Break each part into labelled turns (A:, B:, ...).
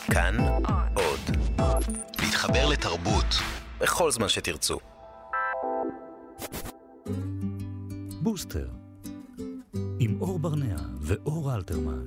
A: כאן עוד. להתחבר לתרבות בכל זמן שתרצו.
B: בוסטר עם אור ברנע ואור אלתרמן.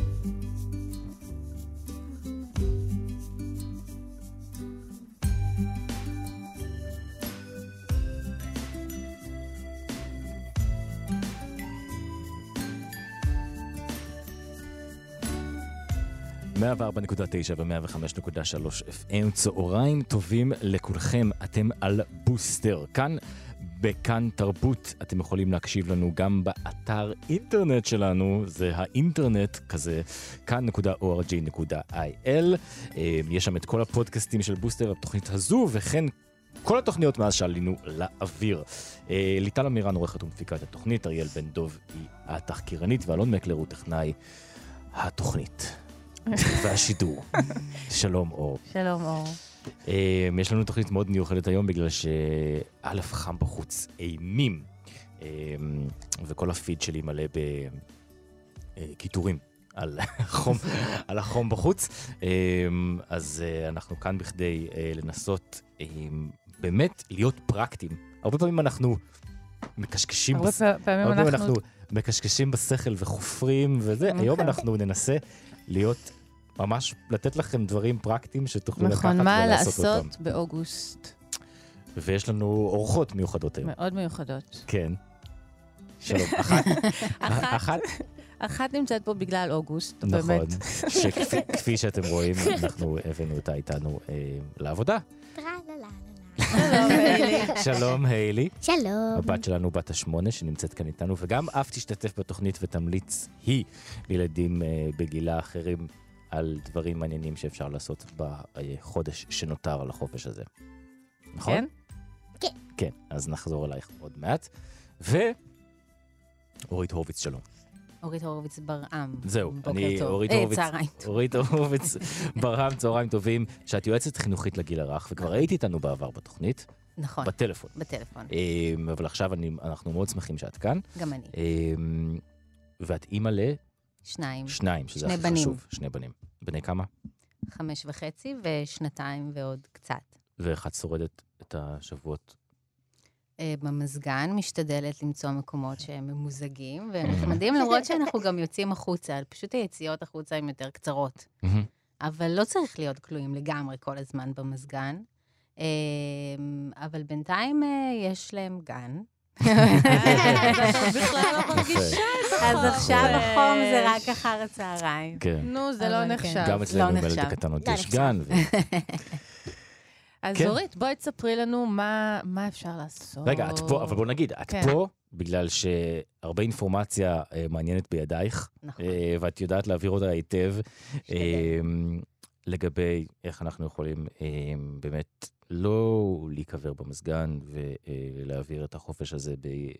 B: .9 ו-105.3 FM, צהריים טובים לכולכם, אתם על בוסטר. כאן בכאן תרבות, אתם יכולים להקשיב לנו גם באתר אינטרנט שלנו, זה האינטרנט כזה, כאן.org.il. יש שם את כל הפודקאסטים של בוסטר, התוכנית הזו, וכן כל התוכניות מאז שעלינו לאוויר. ליטל אמירן עורכת ומפיקה את התוכנית, אריאל בן דוב היא התחקירנית, ואלון מקלר הוא טכנאי התוכנית. והשידור. שלום אור.
C: שלום אור.
B: יש לנו תוכנית מאוד מיוחדת היום בגלל שא' חם בחוץ, אימים, וכל הפיד שלי מלא בכיתורים על החום בחוץ. אז אנחנו כאן בכדי לנסות באמת להיות פרקטיים. הרבה פעמים אנחנו מקשקשים, מקשקשים בשכל וחופרים וזה. היום אנחנו ננסה להיות ממש, לתת לכם דברים פרקטיים שתוכלו לקחת ולעשות אותם.
C: נכון, מה לעשות באוגוסט.
B: ויש לנו אורחות מיוחדות היום.
C: מאוד מיוחדות.
B: כן. שלום.
C: אחת נמצאת פה בגלל אוגוסט,
B: נכון.
C: באמת.
B: שכפי שאתם רואים, אנחנו הבאנו אותה איתנו לעבודה.
C: שלום היילי.
B: שלום היילי.
D: שלום.
B: הבת שלנו בת 8 שנמצאת כאן איתנו, וגם אף תשתתף בתוכנית ותמליץ היא לילדים בגילה אחרים על דברים מעניינים שאפשר לעשות בחודש שנותר על החופש הזה. נכון?
C: כן?
D: כן.
B: כן, אז נחזור אלייך עוד מעט. ואורית הורוביץ, שלום.
C: אורית הורוביץ ברעם.
B: זהו,
C: אני
B: אורית הורוביץ ברעם, צהריים טובים, שאת יועצת חינוכית לגיל הרך, וכבר הייתי איתנו בעבר בתוכנית.
C: נכון.
B: בטלפון.
C: בטלפון.
B: אבל עכשיו אנחנו מאוד שמחים שאת כאן.
C: גם אני.
B: ואת אימא
C: שניים,
B: שזה הכי חשוב. שני בנים. בני כמה?
C: 5.5 ושנתיים ועוד קצת.
B: ואיך את שורדת את השבועות?
C: במזגן משתדלת למצוא מקומות שהם ממוזגים, והם נחמדים למרות שאנחנו גם יוצאים החוצה, פשוט היציאות החוצה הן יותר קצרות. אבל לא צריך להיות כלואים לגמרי כל הזמן במזגן. אבל בינתיים יש להם גן. אז עכשיו החום זה רק אחר הצהריים.
E: נו, זה לא נחשב.
B: גם אצלנו מלד הקטנות יש גן.
E: אז אורית, בואי תספרי לנו מה אפשר לעשות.
B: רגע, את פה, אבל בוא נגיד, את פה בגלל שהרבה אינפורמציה מעניינת בידייך, ואת יודעת להעביר אותה היטב, לגבי איך אנחנו יכולים באמת לא להיקבר במזגן ולהעביר את החופש הזה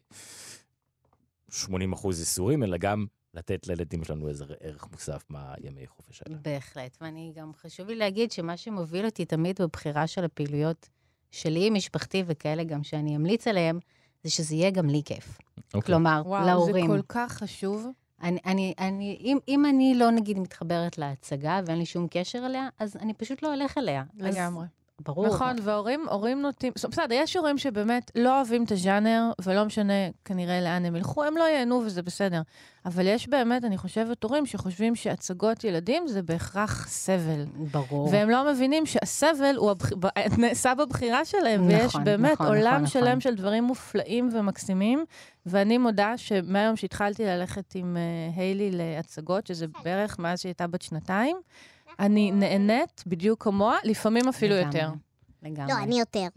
B: ב-80% איסורים, אלא גם לתת לילדים שלנו איזה ערך מוסף מהימי חופש האלה.
C: בהחלט, ואני גם חשוב לי להגיד שמה שמוביל אותי תמיד בבחירה של הפעילויות שלי, משפחתי וכאלה גם שאני אמליץ עליהם, זה שזה יהיה גם לי כיף. כלומר, להורים.
E: וואו, זה כל כך חשוב.
C: אם אני לא נגיד מתחברת להצגה ואין לי שום קשר אליה, אז אני פשוט לא הולך אליה.
E: לגמרי.
C: ברור.
E: נכון, והורים נוטים, בסדר, יש הורים שבאמת לא אוהבים את הז'אנר, ולא משנה כנראה לאן הם ילכו, הם לא ייהנו וזה בסדר. אבל יש באמת, אני חושבת, הורים שחושבים שהצגות ילדים זה בהכרח סבל.
C: ברור.
E: והם לא מבינים שהסבל הוא נעשה בבחירה שלהם, ויש באמת עולם שלם של דברים מופלאים ומקסימים, ואני מודה שמהיום שהתחלתי ללכת עם היילי להצגות, שזה בערך מאז שהייתה בת 2, אני נהנית בדיוק כמוה, לפעמים אפילו יותר.
C: לגמרי.
D: לא, אני יותר.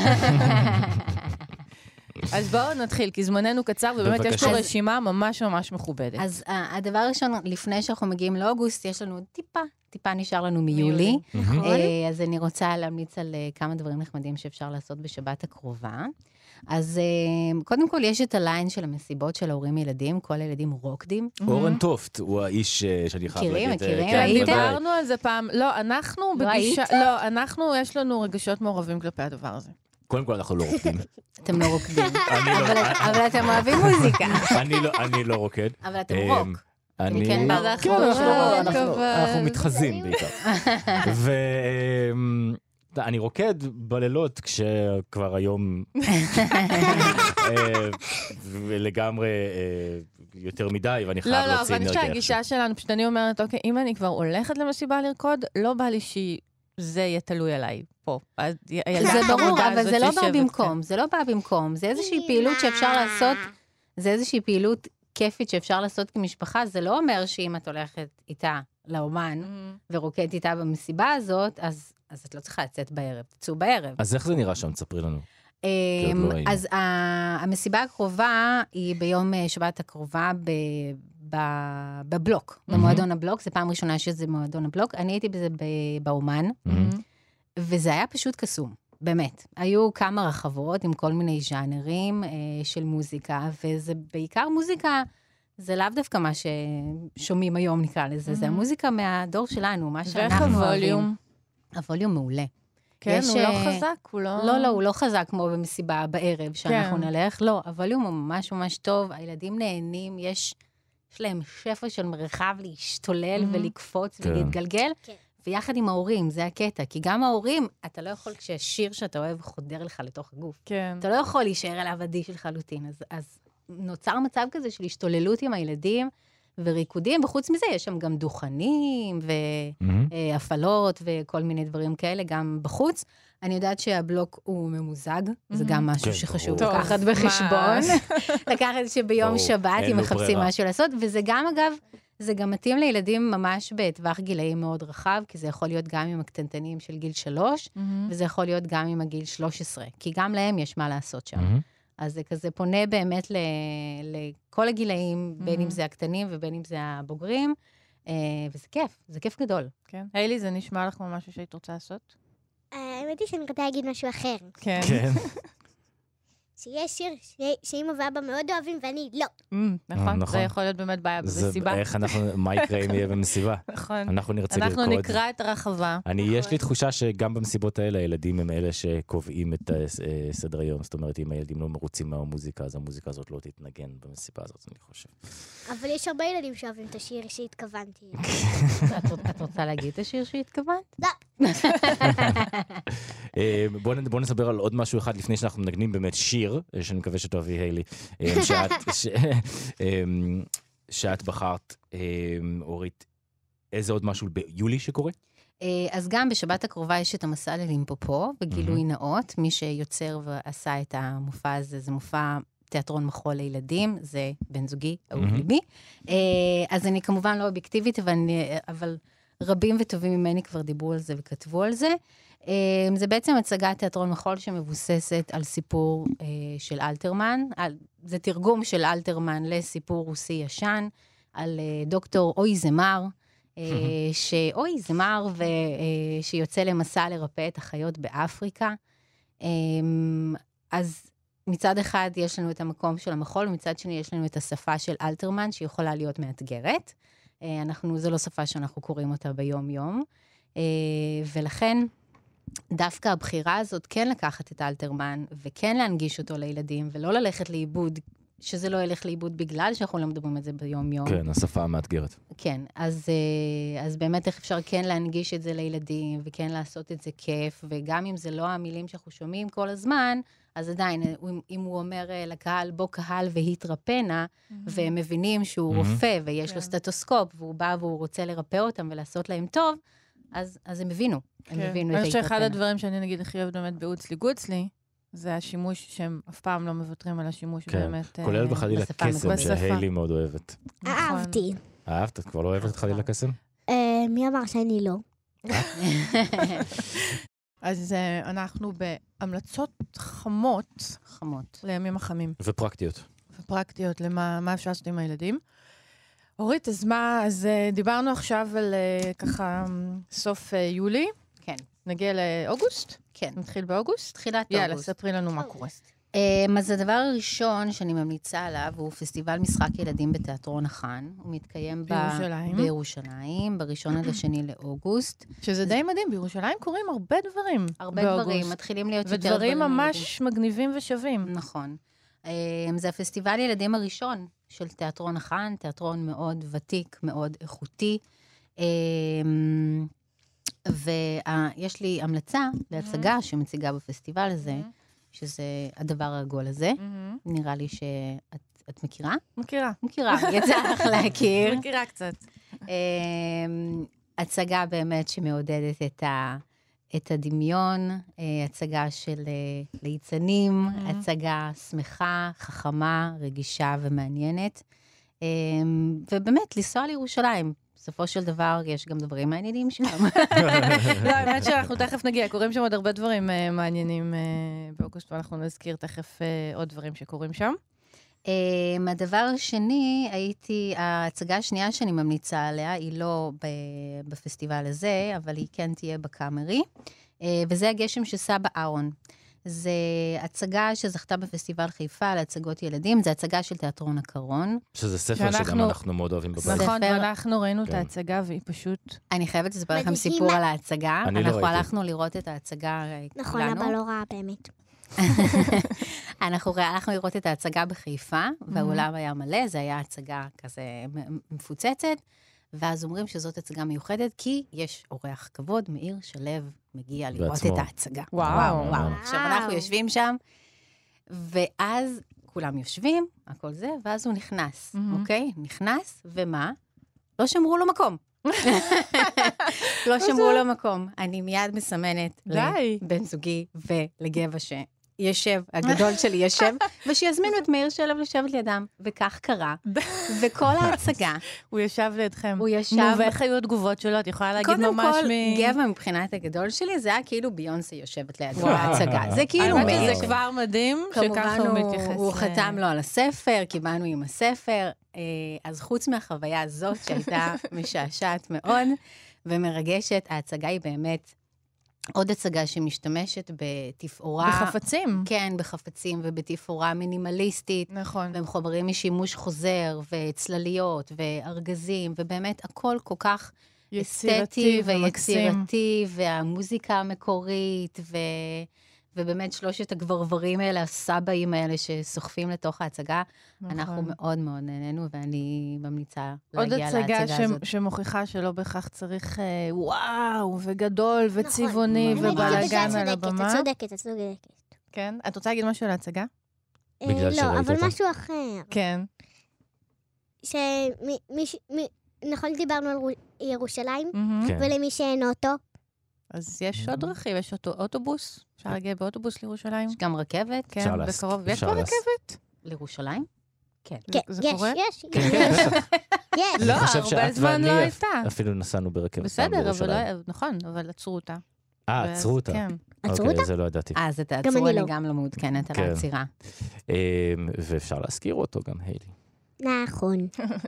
E: אז בואו נתחיל, כי זמננו קצר, ובאמת יש פה רשימה ממש ממש מכובדת.
C: אז הדבר הראשון, לפני שאנחנו מגיעים לאוגוסט, יש לנו טיפה נשאר לנו מיולי. אז אני רוצה להמליץ על כמה דברים נחמדים שאפשר לעשות בשבת הקרובה. אז קודם כל יש את הליין של המסיבות של ההורים ילדים, כל הילדים רוקדים.
B: אורן טופט הוא האיש שאני חייב להגיד.
C: מכירים.
E: דיברנו על זה פעם. לא, אנחנו יש לנו רגשות מעורבים כלפי הדבר הזה.
B: קודם כל אנחנו לא רוקדים.
C: אתם לא רוקדים. אבל אתם אוהבים מוזיקה.
B: אני לא רוקד.
C: אבל אתם רוק. כן,
B: אנחנו מתחזים בעיקר. אני רוקד בלילות כשכבר היום ולגמרי יותר מדי, ואני חייב להוציא אנרגיה.
E: לא, אבל אני חושב שהגישה שלנו, פשוט אני אומרת, אוקיי, אם אני כבר הולכת למסיבה לרקוד, לא בא לי שזה יהיה תלוי עליי פה.
C: זה ברור, אבל זה לא בא במקום, זה לא בא במקום. זה איזושהי פעילות שאפשר לעשות, זה איזושהי פעילות כיפית שאפשר לעשות כמשפחה, זה לא אומר שאם את הולכת איתה לאומן, ורוקדת איתה במסיבה הזאת, אז את לא צריכה לצאת בערב, תצאו בערב.
B: אז איך זה נראה שם? תספרי לנו.
C: אז המסיבה הקרובה היא ביום שבת הקרובה בבלוק, במועדון הבלוק, זה פעם ראשונה שזה מועדון הבלוק, אני הייתי בזה באומן, וזה היה פשוט קסום, באמת. היו כמה רחבות עם כל מיני ז'אנרים של מוזיקה, וזה בעיקר מוזיקה, זה לאו דווקא מה ששומעים היום נקרא לזה, זה המוזיקה מהדור שלנו, מה שאנחנו אוהבים.
E: ואיך הווליום?
C: הווליום מעולה.
E: כן, הוא לא חזק, הוא לא...
C: לא, הוא לא חזק כמו במסיבה בערב שאנחנו נלך, לא, הווליום הוא ממש ממש טוב, הילדים נהנים, יש להם שפע של מרחב להשתולל ולקפוץ ולהתגלגל, ויחד עם ההורים, זה הקטע, כי גם ההורים, אתה לא יכול כששיר שאתה אוהב חודר לך לתוך הגוף. אתה לא יכול להישאר אליו אדיש לחלוטין, אז נוצר מצב כזה של השתוללות עם הילדים, וריקודים, וחוץ מזה יש שם גם דוכנים, והפעלות, וכל מיני דברים כאלה, גם בחוץ. אני יודעת שהבלוק הוא ממוזג, זה גם משהו שחשוב לקחת בחשבון. לקחת שביום שבת, אם מחפשים משהו לעשות, וזה גם, אגב, זה גם מתאים לילדים ממש בטווח גילאים מאוד רחב, כי זה יכול להיות גם עם הקטנטנים של גיל 3, וזה יכול להיות גם עם הגיל 13, כי גם להם יש מה לעשות שם. אז זה כזה פונה באמת לכל הגילאים, בין אם זה הקטנים ובין אם זה הבוגרים, וזה כיף, זה כיף גדול.
E: כן. היילי, זה נשמע לך כמו משהו שהיית רוצה לעשות?
D: האמת היא שאני רוצה להגיד משהו אחר.
E: כן.
D: שיש שיר שאמא ואבא מאוד אוהבים ואני לא.
E: נכון, זה יכול להיות באמת בעיה במסיבה.
B: מה יקרה אם יהיה במסיבה?
E: נכון.
B: אנחנו נרצה לרקוד.
E: אנחנו נקרא את הרחבה.
B: יש לי תחושה שגם במסיבות האלה, הילדים הם אלה שקובעים את סדר היום. זאת אומרת, אם הילדים לא מרוצים מהמוזיקה, אז המוזיקה הזאת לא תתנגן במסיבה הזאת, אני חושב.
D: אבל יש הרבה ילדים שאוהבים את השיר שהתכוונתי.
C: את רוצה להגיד את השיר שהתכוונת?
D: לא.
B: בוא נסבר על עוד משהו אחד לפני שאנחנו מנגנים באמת שיר, שאני מקווה שתאהבי היילי, שאת בחרת, אורית, איזה עוד משהו ביולי שקורה?
C: אז גם בשבת הקרובה יש את המסע ללימפופו, בגילוי נאות, מי שיוצר ועשה את המופע הזה, זה מופע תיאטרון מחול לילדים, זה בן זוגי, אהוב ליבי. אז אני כמובן לא אובייקטיבית, אבל רבים וטובים ממני כבר דיברו על זה וכתבו על זה. זה בעצם הצגת תיאטרון מחול שמבוססת על סיפור של אלתרמן, זה תרגום של אלתרמן לסיפור רוסי ישן, על דוקטור אוי זמר, שיוצא למסע לרפא את החיות באפריקה. אז מצד אחד יש לנו את המקום של המחול, ומצד שני יש לנו את השפה של אלתרמן, שיכולה להיות מאתגרת. זו לא שפה שאנחנו קוראים אותה ביום-יום, ולכן דווקא הבחירה הזאת כן לקחת את אלתרמן, וכן להנגיש אותו לילדים, ולא ללכת לאיבוד, שזה לא ילך לאיבוד בגלל שאנחנו לא מדברים את זה ביום-יום.
B: כן, השפה המאתגרת.
C: כן, אז באמת איך אפשר כן להנגיש את זה לילדים, וכן לעשות את זה כיף, וגם אם זה לא המילים שאנחנו שומעים כל הזמן, אז עדיין, אם הוא אומר לקהל, בוא קהל והתרפנה, והם מבינים שהוא רופא, ויש לו סטטוסקופ, והוא בא והוא רוצה לרפא אותם ולעשות להם טוב, אז הם הבינו. הם הבינו את
E: ההתרפנה. אני חושב שאחד הדברים שאני נגיד הכי אוהבת באמת באוצלי גוצלי, זה השימוש שהם אף פעם לא מוותרים על השימוש באמת.
B: כולל בחליל הקסם, שהיילי מאוד אוהבת.
D: אהבתי.
B: אהבת? את כבר לא אוהבת את חליל הקסם?
D: מי אמר שאני לא?
E: אז אנחנו בהמלצות חמות לימים החמים.
B: ופרקטיות.
E: למה אפשר לעשות עם הילדים. אורית, אז דיברנו עכשיו על ככה סוף יולי.
C: כן.
E: נגיע לאוגוסט?
C: כן.
E: נתחיל באוגוסט?
C: תחילת אוגוסט.
E: יאללה, ספרי לנו מה קורה.
C: אז הדבר הראשון שאני ממליצה עליו הוא פסטיבל משחק ילדים בתיאטרון החאן. הוא מתקיים בירושלים, בראשון עד השני לאוגוסט.
E: שזה די מדהים, בירושלים קורים הרבה דברים.
C: הרבה דברים, מתחילים להיות יותר
E: ודברים ממש מגניבים ושווים.
C: נכון. זה הפסטיבל ילדים הראשון של תיאטרון החאן, תיאטרון מאוד ותיק, מאוד איכותי. ויש לי המלצה להצגה שמציגה בפסטיבל הזה, שזה הדבר העגול הזה. נראה לי שאת מכירה?
E: מכירה.
C: מכירה, יצא לך להכיר.
E: מכירה קצת.
C: הצגה באמת שמעודדת את הדמיון, הצגה של ליצנים, הצגה שמחה, חכמה, רגישה ומעניינת. ובאמת, לנסוע לירושלים. בסופו של דבר, יש גם דברים מעניינים שם.
E: לא, האמת שאנחנו תכף נגיע, קוראים שם עוד הרבה דברים מעניינים באוגוסט, ואנחנו נזכיר תכף עוד דברים שקורים שם.
C: הדבר השני, ההצגה השנייה שאני ממליצה עליה, היא לא בפסטיבל הזה, אבל היא כן תהיה בקאמרי, וזה הגשם שסבא אהרון. זה הצגה שזכתה בפסטיבל חיפה להצגות ילדים, זה הצגה של תיאטרון הקרון.
B: שזה ספר שגם אנחנו מאוד אוהבים בבית.
E: נכון, ואנחנו ראינו את ההצגה והיא פשוט...
C: אני חייבת לספר לכם סיפור על ההצגה. אנחנו הלכנו לראות את ההצגה כולנו.
D: נכון, אבל לא רעה באמת.
C: אנחנו הלכנו לראות את ההצגה בחיפה, והאולם היה מלא, זה היה הצגה כזה מפוצצת, ואז אומרים שזאת הצגה מיוחדת, כי יש אורח כבוד, מאיר שלו מגיע לראות את ההצגה.
E: וואו.
C: עכשיו אנחנו יושבים שם, ואז כולם יושבים, הכל זה, ואז הוא נכנס, אוקיי? נכנס, ומה? לא שמרו לו מקום. לא שמרו לו מקום. אני מיד מסמנת לבן זוגי ולגבע שישב, הגדול שלי ישב, ושיזמינו את מאיר שלו לשבת לידם. וכך קרה. וכל ההצגה.
E: הוא ישב לידכם.
C: הוא ישב.
E: נו, ואיך היו התגובות שלו? את יכולה להגיד ממש
C: קודם כל, גבע מבחינת הגדול שלי, זה היה כאילו ביונסה יושבת לידו בהצגה. זה כאילו מאיר.
E: האמת שזה כבר מדהים שככה הוא מתייחס.
C: כמובן הוא חתם לו על הספר, קיבלנו עם הספר. אז חוץ מהחוויה הזאת, שהייתה משעשעת מאוד ומרגשת, ההצגה היא באמת עוד הצגה שמשתמשת בתפאורה...
E: בחפצים.
C: כן, בחפצים ובתפאורה מינימליסטית.
E: נכון.
C: והם חוברים משימוש חוזר, וצלליות, וארגזים, ובאמת הכל כל כך אסתטי ויצירתי, והמוזיקה המקורית, ובאמת שלושת הגברברים האלה, הסבאים האלה שסוחפים לתוך ההצגה, אנחנו מאוד מאוד נהנינו, ואני ממליצה להגיע להצגה הזאת.
E: עוד הצגה שמוכיחה שלא בהכרח צריך וואו, וגדול, וצבעוני, ובלגן על הבמה.
D: את צודקת.
E: כן? את רוצה להגיד משהו על ההצגה?
D: לא, אבל משהו אחר.
E: כן.
D: נכון, דיברנו על ירושלים, ולמי שאין אוטו.
E: אז יש עוד דרכים, יש אוטובוס, אפשר להגיע באוטובוס לירושלים.
C: יש גם רכבת.
E: כן, בקרוב. יש כבר רכבת?
C: לירושלים?
D: כן.
E: זה קורה?
D: יש.
E: לא, הרבה זמן לא הייתה.
B: אפילו נסענו ברכבת.
E: בסדר, נכון, אבל עצרו אותה.
B: עצרו אותה?
E: כן.
D: עצרו אותה?
B: זה לא ידעתי.
C: אז את העצרו, אני גם לא מעודכנת על העצירה.
B: ואפשר להזכיר אותו גם, היילי.
D: נכון.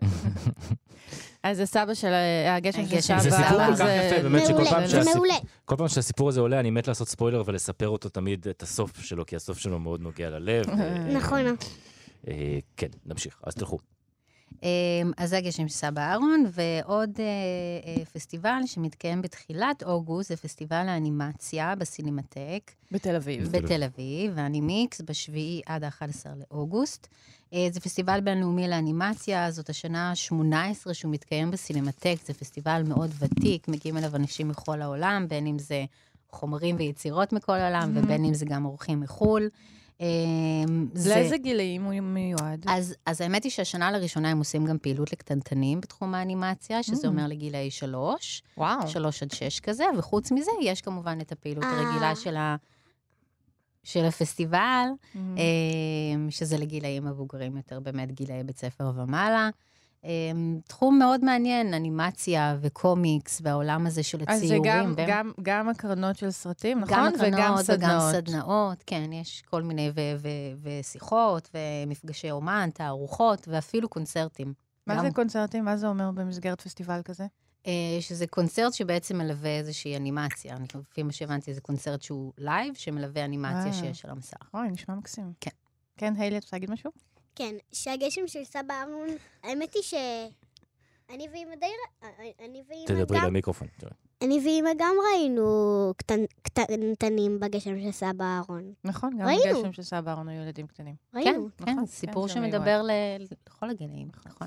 E: אז זה סבא של הגשם של סבא.
B: זה סיפור כל כך יפה, באמת
D: מעולה.
B: כל פעם שהסיפור הזה עולה, אני מת לעשות ספוילר ולספר אותו תמיד את הסוף שלו, כי הסוף שלו מאוד נוגע ללב.
D: נכון.
B: כן, נמשיך, אז תלכו.
C: אז זה הגשם של סבא אהרון, ועוד פסטיבל שמתקיים בתחילת אוגוסט, זה פסטיבל האנימציה בסינמטק.
E: בתל אביב.
C: בתל אביב, והאנימיקס בשביעי עד ה-11 לאוגוסט. זה פסטיבל בינלאומי לאנימציה, זאת השנה ה-18 שהוא מתקיים בסינמטק, זה פסטיבל מאוד ותיק, מגיעים אליו אנשים מכל העולם, בין אם זה חומרים ויצירות מכל העולם, ובין אם זה גם אורחים מחול.
E: לאיזה גילאים הוא מיועד?
C: אז האמת היא שהשנה לראשונה הם עושים גם פעילות לקטנטנים בתחום האנימציה, שזה אומר לגילאי 3, 3 עד 6 כזה, וחוץ מזה יש כמובן את הפעילות הרגילה של הפסטיבל, שזה לגילאים מבוגרים יותר, באמת גילאי בית ספר ומעלה. תחום מאוד מעניין, אנימציה וקומיקס, והעולם הזה של הציורים.
E: אז זה גם הקרנות של סרטים, נכון?
C: גם הקרנות וגם סדנאות, כן, יש כל מיני ושיחות, ומפגשי אומן, תערוכות, ואפילו קונצרטים.
E: מה זה קונצרטים? מה זה אומר במסגרת פסטיבל כזה?
C: שזה קונצרט שבעצם מלווה איזושהי אנימציה. לפי מה שהבנתי, זה קונצרט שהוא לייב, שמלווה אנימציה שיש על המסך.
E: אוי, נשמע מקסים.
C: כן.
E: כן, היילי, את רוצה להגיד משהו?
D: כן, שהגשם של סבא אהרון, האמת היא אני ואמא די...
B: תדברי למיקרופון.
D: אני ואמא גם ראינו קטנים בגשם של סבא אהרון.
E: נכון, גם בגשם של סבא אהרון היו ילדים קטנים.
D: ראינו.
C: כן, סיפור שמדבר לכל הגילאים, נכון.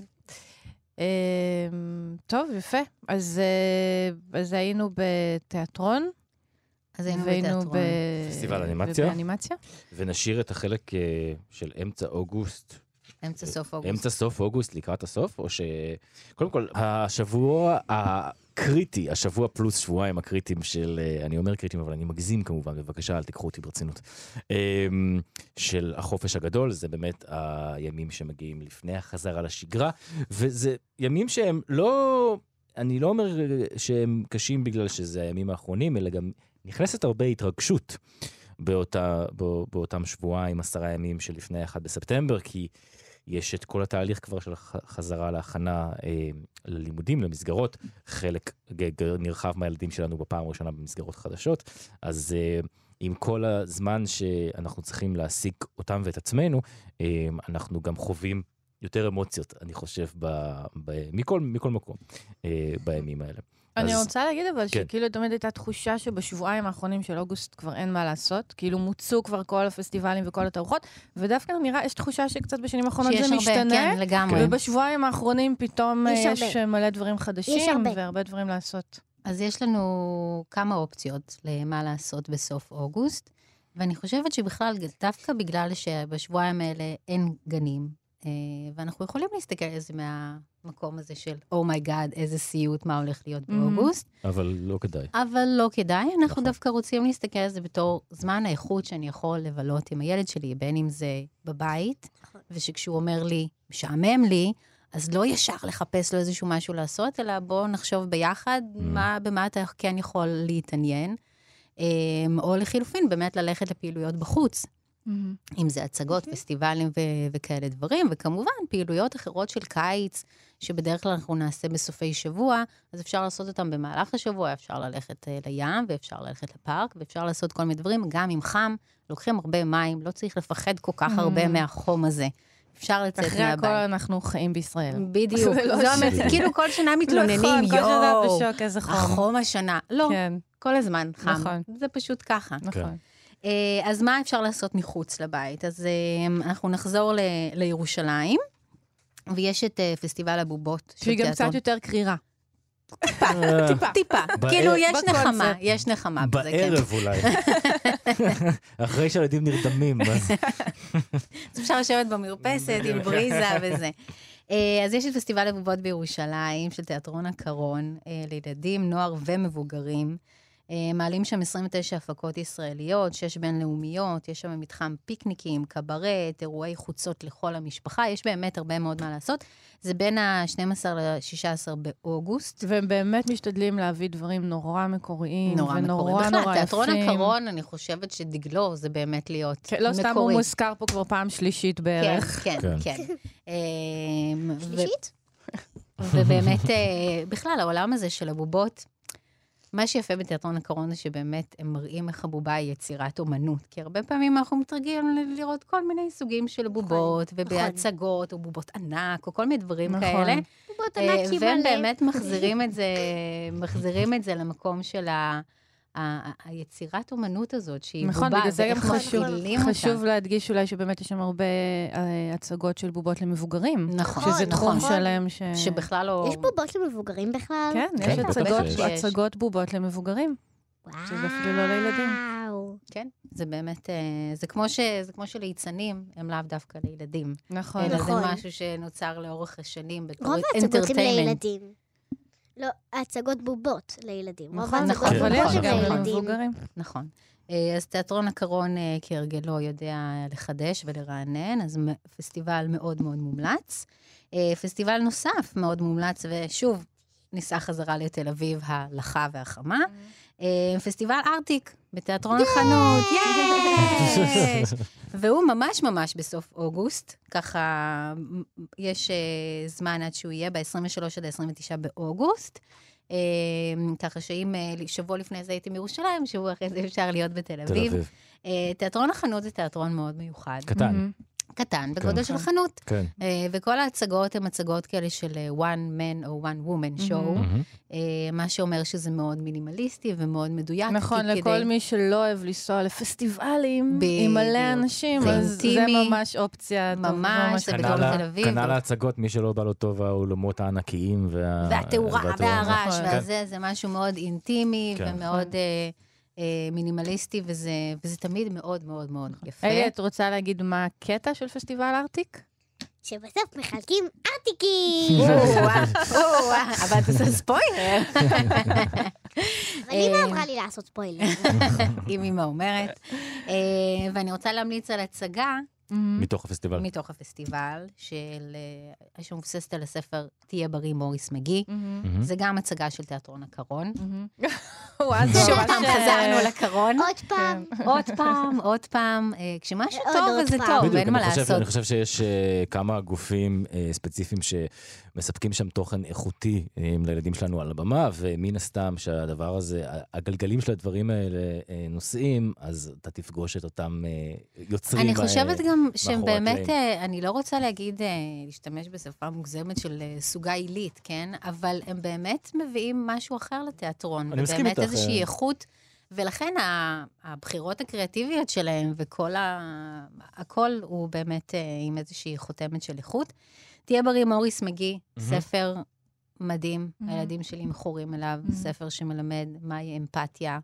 E: טוב, יפה. אז היינו בתיאטרון.
C: אז היינו בתיאטרון.
B: פסטיבל אנימציה.
E: ובאנימציה.
B: ונשאיר את החלק של אמצע אוגוסט.
C: אמצע סוף אוגוסט.
B: אמצע סוף אוגוסט לקראת הסוף, או קודם כל, השבוע הקריטי, השבוע פלוס שבועיים הקריטיים של, אני אומר קריטיים, אבל אני מגזים כמובן, בבקשה, אל תיקחו אותי ברצינות, של החופש הגדול, זה באמת הימים שמגיעים לפני החזרה לשגרה, וזה ימים שהם לא, אני לא אומר שהם קשים בגלל שזה הימים האחרונים, אלא גם נכנסת הרבה התרגשות באותם שבועיים, 10 ימים שלפני 1 בספטמבר, כי יש את כל התהליך כבר של חזרה להכנה ללימודים, למסגרות, חלק נרחב מהילדים שלנו בפעם הראשונה במסגרות חדשות, אז עם כל הזמן שאנחנו צריכים להשיג אותם ואת עצמנו, אנחנו גם חווים יותר אמוציות, אני חושב, מכל מקום בימים האלה.
E: אני רוצה להגיד אבל שכאילו תמיד הייתה תחושה שבשבועיים האחרונים של אוגוסט כבר אין מה לעשות, כאילו מוצאו כבר כל הפסטיבלים וכל התערוכות, ודווקא נראה, יש תחושה שקצת בשנים האחרונות זה משתנה, ובשבועיים האחרונים פתאום יש מלא דברים חדשים והרבה דברים לעשות.
C: אז יש לנו כמה אופציות למה לעשות בסוף אוגוסט, ואני חושבת שבכלל, דווקא בגלל שבשבועיים האלה אין גנים, ואנחנו יכולים להסתכל על זה מהמקום הזה של, אומייגאד, איזה סיוט, מה הולך להיות באוגוסט.
B: אבל לא כדאי.
C: אבל לא כדאי, אנחנו דווקא רוצים להסתכל על זה בתור זמן האיכות שאני יכול לבלות עם הילד שלי, בין אם זה בבית, ושכשהוא אומר לי, משעמם לי, אז לא ישר לחפש לו איזשהו משהו לעשות, אלא בואו נחשוב ביחד במה אתה כן יכול להתעניין, או לחילופין, באמת ללכת לפעילויות בחוץ. אם זה הצגות, פסטיבלים וכאלה דברים, וכמובן פעילויות אחרות של קיץ, שבדרך כלל אנחנו נעשה בסופי שבוע, אז אפשר לעשות אותם במהלך השבוע, אפשר ללכת לים, ואפשר ללכת לפארק, ואפשר לעשות כל מיני דברים, גם אם חם, לוקחים הרבה מים, לא צריך לפחד כל כך הרבה מהחום הזה. אפשר לצאת מהבית.
E: אחרי הכל אנחנו חיים בישראל.
C: בדיוק. כאילו כל שנה מתלוננים, יואו, החום השנה. לא, כל הזמן חם. זה פשוט ככה.
E: נכון.
C: אז מה אפשר לעשות מחוץ לבית? אז אנחנו נחזור לירושלים, ויש את פסטיבל הבובות.
E: שהיא גם קצת יותר קרירה.
C: טיפה. כאילו יש נחמה.
B: בערב אולי. אחרי שהילדים נרדמים.
C: אז אפשר לשבת במרפסת עם בריזה וזה. אז יש את פסטיבל הבובות בירושלים, של תיאטרון הקרון, לילדים, נוער ומבוגרים. מעלים שם 29 הפקות ישראליות, 6 בינלאומיות, יש שם מתחם פיקניקים, קברט, אירועי חוצות לכל המשפחה, יש באמת הרבה מאוד מה לעשות. זה בין ה-12 ל-16 באוגוסט.
E: והם באמת משתדלים להביא דברים נורא מקוריים, ונורא נורא יפים. בכלל,
C: תיאטרון הקרון, אני חושבת שדגלו זה באמת להיות מקורי.
E: לא סתם הוא מוזכר פה כבר פעם שלישית בערך.
C: כן. שלישית? ובאמת, בכלל, העולם הזה של הבובות, מה שיפה בתיאטרון הקרון זה שבאמת הם מראים איך הבובה היא יצירת אומנות, כי הרבה פעמים אנחנו מתרגלים לראות כל מיני סוגים של בובות, ובהצגות, או בובות ענק, או כל מיני דברים כאלה.
D: בובות ענק מלא.
C: והם באמת מחזירים את זה למקום של היצירת אומנות הזאת, שהיא בובה,
E: נכון, בגלל זה גם
C: חשוב
E: להדגיש אולי שבאמת יש שם הרבה הצגות של בובות למבוגרים.
C: נכון.
E: שזה תחום שלם
C: שבכלל לא...
D: יש בובות למבוגרים בכלל?
E: כן, יש הצגות בובות למבוגרים. שזה אפילו לא לילדים.
C: כן, זה באמת, זה כמו שליצנים, הם לאו דווקא לילדים.
E: נכון.
C: אלא זה משהו שנוצר לאורך השנים בתור
D: רוב ההצגות הם לילדים. לא, הצגות בובות לילדים.
C: נכון,
E: אבל יש גם למבוגרים.
C: נכון. אז תיאטרון הקרון כהרגלו יודע לחדש ולרענן, אז פסטיבל מאוד מאוד מומלץ. פסטיבל נוסף מאוד מומלץ, ושוב, ניסה חזרה לתל אביב, ההלכה והחמה. פסטיבל ארטיק, בתיאטרון החנות. והוא ממש ממש בסוף אוגוסט, ככה יש זמן עד שהוא יהיה ב-23 עד 29 באוגוסט, ככה שאם שבוע לפני זה הייתי מירושלים, שבוע אחרי זה אפשר להיות בתל אביב. תיאטרון החנות זה תיאטרון מאוד מיוחד.
B: קטן.
C: קטן, בגודל של חנות.
B: כן.
C: וכל ההצגות הן הצגות כאלה של one man או one woman show, מה שאומר שזה מאוד מינימליסטי ומאוד מדויק.
E: נכון, לכל מי שלא אוהב לנסוע לפסטיבלים עם מלא אנשים, אז זה ממש אופציה.
C: ממש, זה בדרום תל אביב.
B: כנ"ל ההצגות, מי שלא בא לו טוב, האולמות הענקיים.
C: והתאורה והרעש, זה משהו מאוד אינטימי ומאוד מינימליסטי, וזה תמיד מאוד מאוד מאוד יפה.
E: היי, את רוצה להגיד מה הקטע של פסטיבל ארטיק?
D: שבסוף מחלקים ארטיקים.
C: אבל את עושה ספוילר.
D: אבל אמא אמרה לי לעשות ספוילר.
C: אם אמא אומרת. ואני רוצה להמליץ על הצגה.
B: מתוך הפסטיבל.
C: מתוך הפסטיבל, שמבוססת על הספר תהיה בריא מוריס מגי. זה גם הצגה של תיאטרון הקרון. שוב פעם חזרנו לקרון. עוד פעם. כשמשהו טוב, אז זה טוב, אין מה לעשות.
B: אני חושב שיש כמה גופים ספציפיים שמספקים שם תוכן איכותי לילדים שלנו על הבמה, ומן הסתם שהדבר הזה, הגלגלים של הדברים האלה נוסעים, אז אתה תפגוש את אותם יוצרים.
C: אני חושבת גם שבאמת, אני לא רוצה להשתמש בשפה מוגזמת של סוגה עילית, כן? אבל הם באמת מביאים משהו אחר לתיאטרון.
B: אני מסכים איתך.
C: ובאמת איזושהי איכות, ולכן הבחירות הקריאטיביות שלהם וכל הכל הוא באמת עם איזושהי חותמת של איכות. תהיה בריא מוריס מגי, ספר מדהים, הילדים שלי מכורים אליו, ספר שמלמד מהי אמפתיה.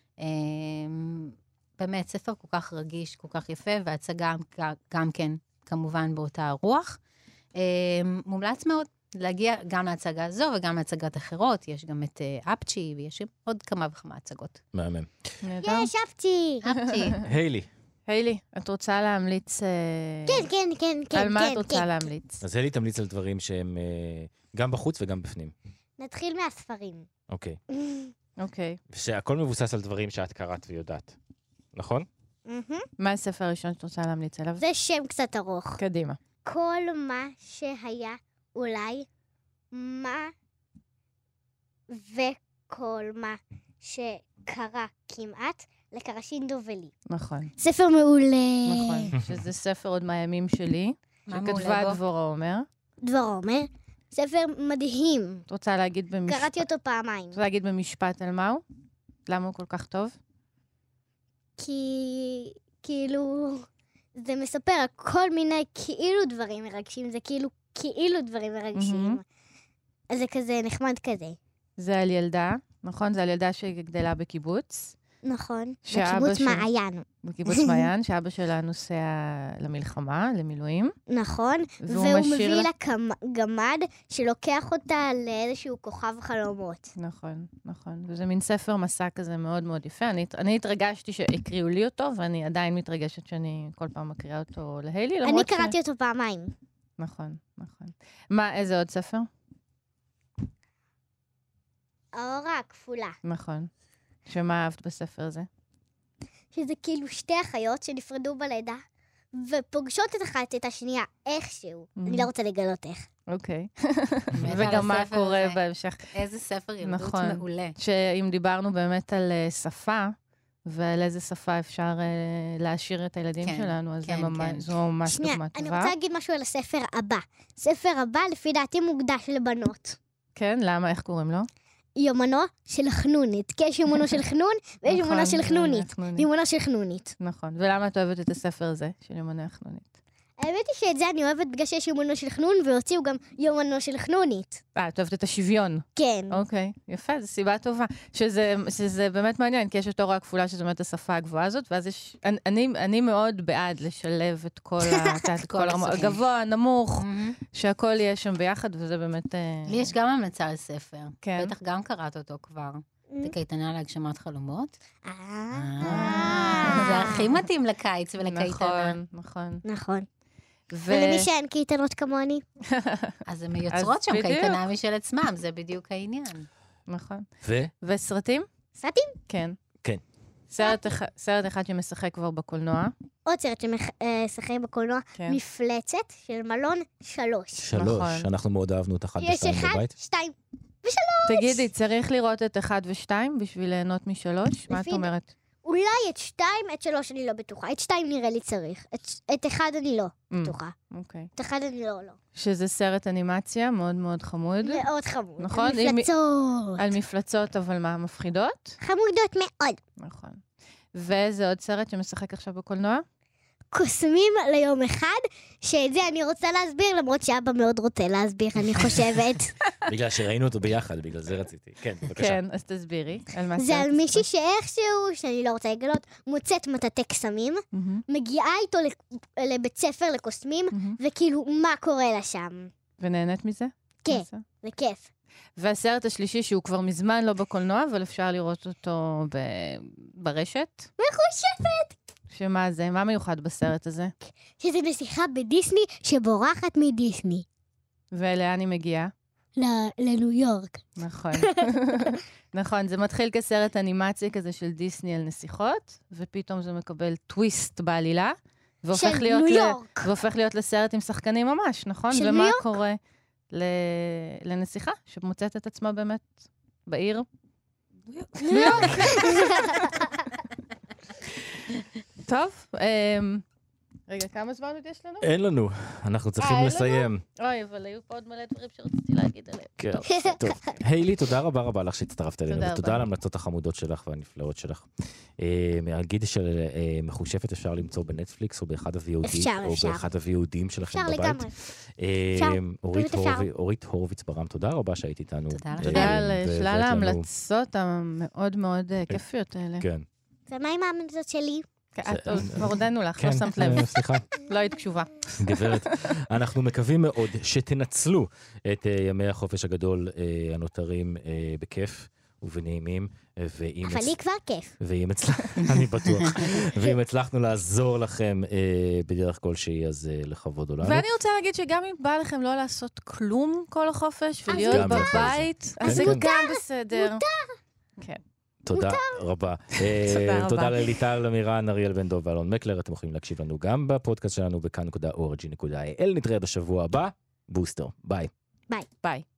C: באמת, ספר כל כך רגיש, כל כך יפה, והצגה גם כן, כמובן, באותה הרוח. מומלץ מאוד להגיע גם להצגה הזו וגם להצגת אחרות. יש גם את אפצ'י, ויש עוד כמה וכמה הצגות.
B: מהמם.
D: יש אפצ'י.
E: היילי, את רוצה להמליץ...
D: כן.
E: על מה את רוצה להמליץ?
B: אז היילי תמליץ על דברים שהם גם בחוץ וגם בפנים.
D: נתחיל מהספרים.
E: אוקיי.
B: ושהכל מבוסס על דברים שאת קראת ויודעת. נכון?
E: מה הספר הראשון שאת רוצה להמליץ עליו?
D: זה שם קצת ארוך.
E: קדימה.
D: כל מה שהיה אולי, מה וכל מה שקרה כמעט לקרשינדו ולי.
E: נכון.
D: ספר מעולה.
E: נכון, שזה ספר עוד מהימים שלי, שכתבה דבורה עומר.
D: דבורה עומר. ספר מדהים.
E: את רוצה להגיד במשפט?
D: קראתי אותו פעמיים.
E: את רוצה להגיד במשפט על מהו? למה הוא כל כך טוב?
D: כי כאילו זה מספר על כל מיני כאילו דברים מרגשים, זה כאילו דברים מרגשים. אז זה כזה נחמד כזה.
E: זה על ילדה, נכון? זה על ילדה שגדלה בקיבוץ.
D: נכון, בקיבוץ מעיין.
E: בקיבוץ מעיין, שאבא שלה נוסע למלחמה, למילואים.
D: נכון, והוא מביא לה גמד שלוקח אותה לאיזשהו כוכב חלומות.
E: נכון. וזה מין ספר מסע כזה מאוד מאוד יפה. אני התרגשתי שהקריאו לי אותו, ואני עדיין מתרגשת שאני כל פעם מקריאה אותו להיילי.
D: אני קראתי אותו פעמיים.
E: נכון. מה, איזה עוד ספר?
D: האורה הכפולה.
E: נכון. שמה אהבת בספר הזה?
D: שזה כאילו שתי אחיות שנפרדו בלידה, ופוגשות את אחת את השנייה איכשהו. אני לא רוצה לגלות איך.
E: אוקיי. וגם מה קורה בהמשך.
C: איזה ספר ילדות מעולה.
E: שאם דיברנו באמת על שפה, ועל איזה שפה אפשר להשאיר את הילדים שלנו, אז זו ממש דוגמה טובה.
D: אני רוצה להגיד משהו על הספר הבא. ספר הבא, לפי דעתי, מוקדש לבנות.
E: כן? למה? איך קוראים לו?
D: יומנו של חנונית. כי יש יומנו של חנון, ויש יומנו של חנונית. יומנו של חנונית.
E: נכון. ולמה את אוהבת את הספר הזה, של יומנו החנונית?
D: האמת היא שאת זה אני אוהבת בגלל שיש יומנו של חנון, והוציאו גם יומנו של חנונית.
E: את אוהבת את השוויון.
D: כן.
E: אוקיי, יפה, זו סיבה טובה. שזה באמת מעניין, כי יש את האורה הכפולה, שזו באמת השפה הגבוהה הזאת, ואז יש... אני מאוד בעד לשלב את כל הגבוה, הנמוך, שהכל יהיה שם ביחד, וזה באמת...
C: לי יש גם המלצה על ספר. בטח גם קראת אותו כבר. זה קייטנה להגשמת חלומות. זה הכי מתאים לקיץ ולקייטנה.
D: נכון. ולמי שאין קייטנות כמוני.
C: אז הן מייצרות שם קייטנה משל עצמם, זה בדיוק העניין.
E: נכון. וסרטים?
D: סרטים?
E: כן.
B: כן.
E: סרט אחד שמשחק כבר בקולנוע.
D: עוד סרט שמשחק בקולנוע, מפלצת של מלון 3.
B: אנחנו מאוד אהבנו את 1 ו-2 בבית.
D: יש 2 ו-3.
E: תגידי, צריך לראות את 1 ו-2 בשביל ליהנות מ-3? מה את אומרת?
D: אולי את 2, את 3 אני לא בטוחה. את 2 נראה לי צריך. את 1 אני לא בטוחה.
E: אוקיי.
D: את 1 אני לא.
E: שזה סרט אנימציה מאוד מאוד חמוד.
D: מאוד חמוד.
E: נכון?
D: מפלצות.
E: על מפלצות, אבל מה? מפחידות?
D: חמודות מאוד.
E: נכון. וזה עוד סרט שמשחק עכשיו בקולנוע?
D: קוסמים ליום אחד, שאת זה אני רוצה להסביר, למרות שאבא מאוד רוצה להסביר, אני חושבת.
B: בגלל שראינו אותו ביחד, בגלל זה רציתי. כן, בבקשה.
E: כן, אז תסבירי.
D: זה על מישהי שאיכשהו, שאני לא רוצה לגלות, מוצאת מטאטא קסמים, מגיעה איתו לבית ספר לקוסמים, וכאילו, מה קורה לה שם?
E: ונהנית מזה?
D: כן, זה כיף.
E: והסרט השלישי, שהוא כבר מזמן לא בקולנוע, אבל אפשר לראות אותו ברשת.
D: מחושבת!
E: שמה זה? מה מיוחד בסרט הזה?
D: שזה נסיכה בדיסני שבורחת מדיסני.
E: ולאן היא מגיעה?
D: לניו יורק.
E: נכון. נכון, זה מתחיל כסרט אנימצי כזה של דיסני על נסיכות, ופתאום זה מקבל טוויסט בעלילה.
D: של ניו יורק.
E: והופך להיות לסרט עם שחקנים ממש, נכון?
D: של ניו
E: ומה
D: יורק?
E: קורה לנסיכה שמוצאת את עצמה באמת בעיר? ניו יורק. טוב, רגע, כמה זמן עוד יש לנו?
B: אין לנו, אנחנו צריכים לסיים.
E: אוי, אבל היו פה עוד מלא דברים שרציתי להגיד עליהם.
B: כן, טוב. היילי, תודה רבה לך שהצטרפת אלינו,
E: תודה
B: ותודה
E: רבה.
B: על ההמלצות החמודות שלך והנפלאות שלך. הגיד של מחושפת אפשר למצוא בנטפליקס או באחד ה-VOD,
D: אפשר.
B: או באחד ה-VODים שלכם
D: אפשר
B: בבית.
D: לגמרי. אפשר.
B: אורית הורוביץ ברם, תודה רבה שהיית איתנו.
C: תודה לך.
E: תודה על
B: והבאת
E: שלל
B: לנו-
E: ההמלצות המאוד מאוד כיפיות האלה.
B: כן.
D: ומה עם ההמלצות שלי?
E: כבר הודענו לך,
B: כן,
E: לא שמת לב.
B: סליחה.
E: לא היית קשובה.
B: גברת, אנחנו מקווים מאוד שתנצלו את ימי החופש הגדול הנותרים בכיף ובנעימים,
D: אבל לי כבר כיף.
B: אני בטוח, ואם הצלחנו לעזור לכם בדרך כלשהי, אז לכבוד עולנו.
E: ואני רוצה להגיד שגם אם בא לכם לא לעשות כלום כל החופש, ולהיות
B: גם
E: בבית, אז זה גם בסדר. כן.
B: תודה רבה.
E: רבה.
B: תודה לליטל אמירן, אריאל בן דוב ואלון מקלר. אתם יכולים להקשיב לנו גם בפודקאסט שלנו בכאן.org.il. נתראה בשבוע הבא. בוסטר. ביי.
E: ביי.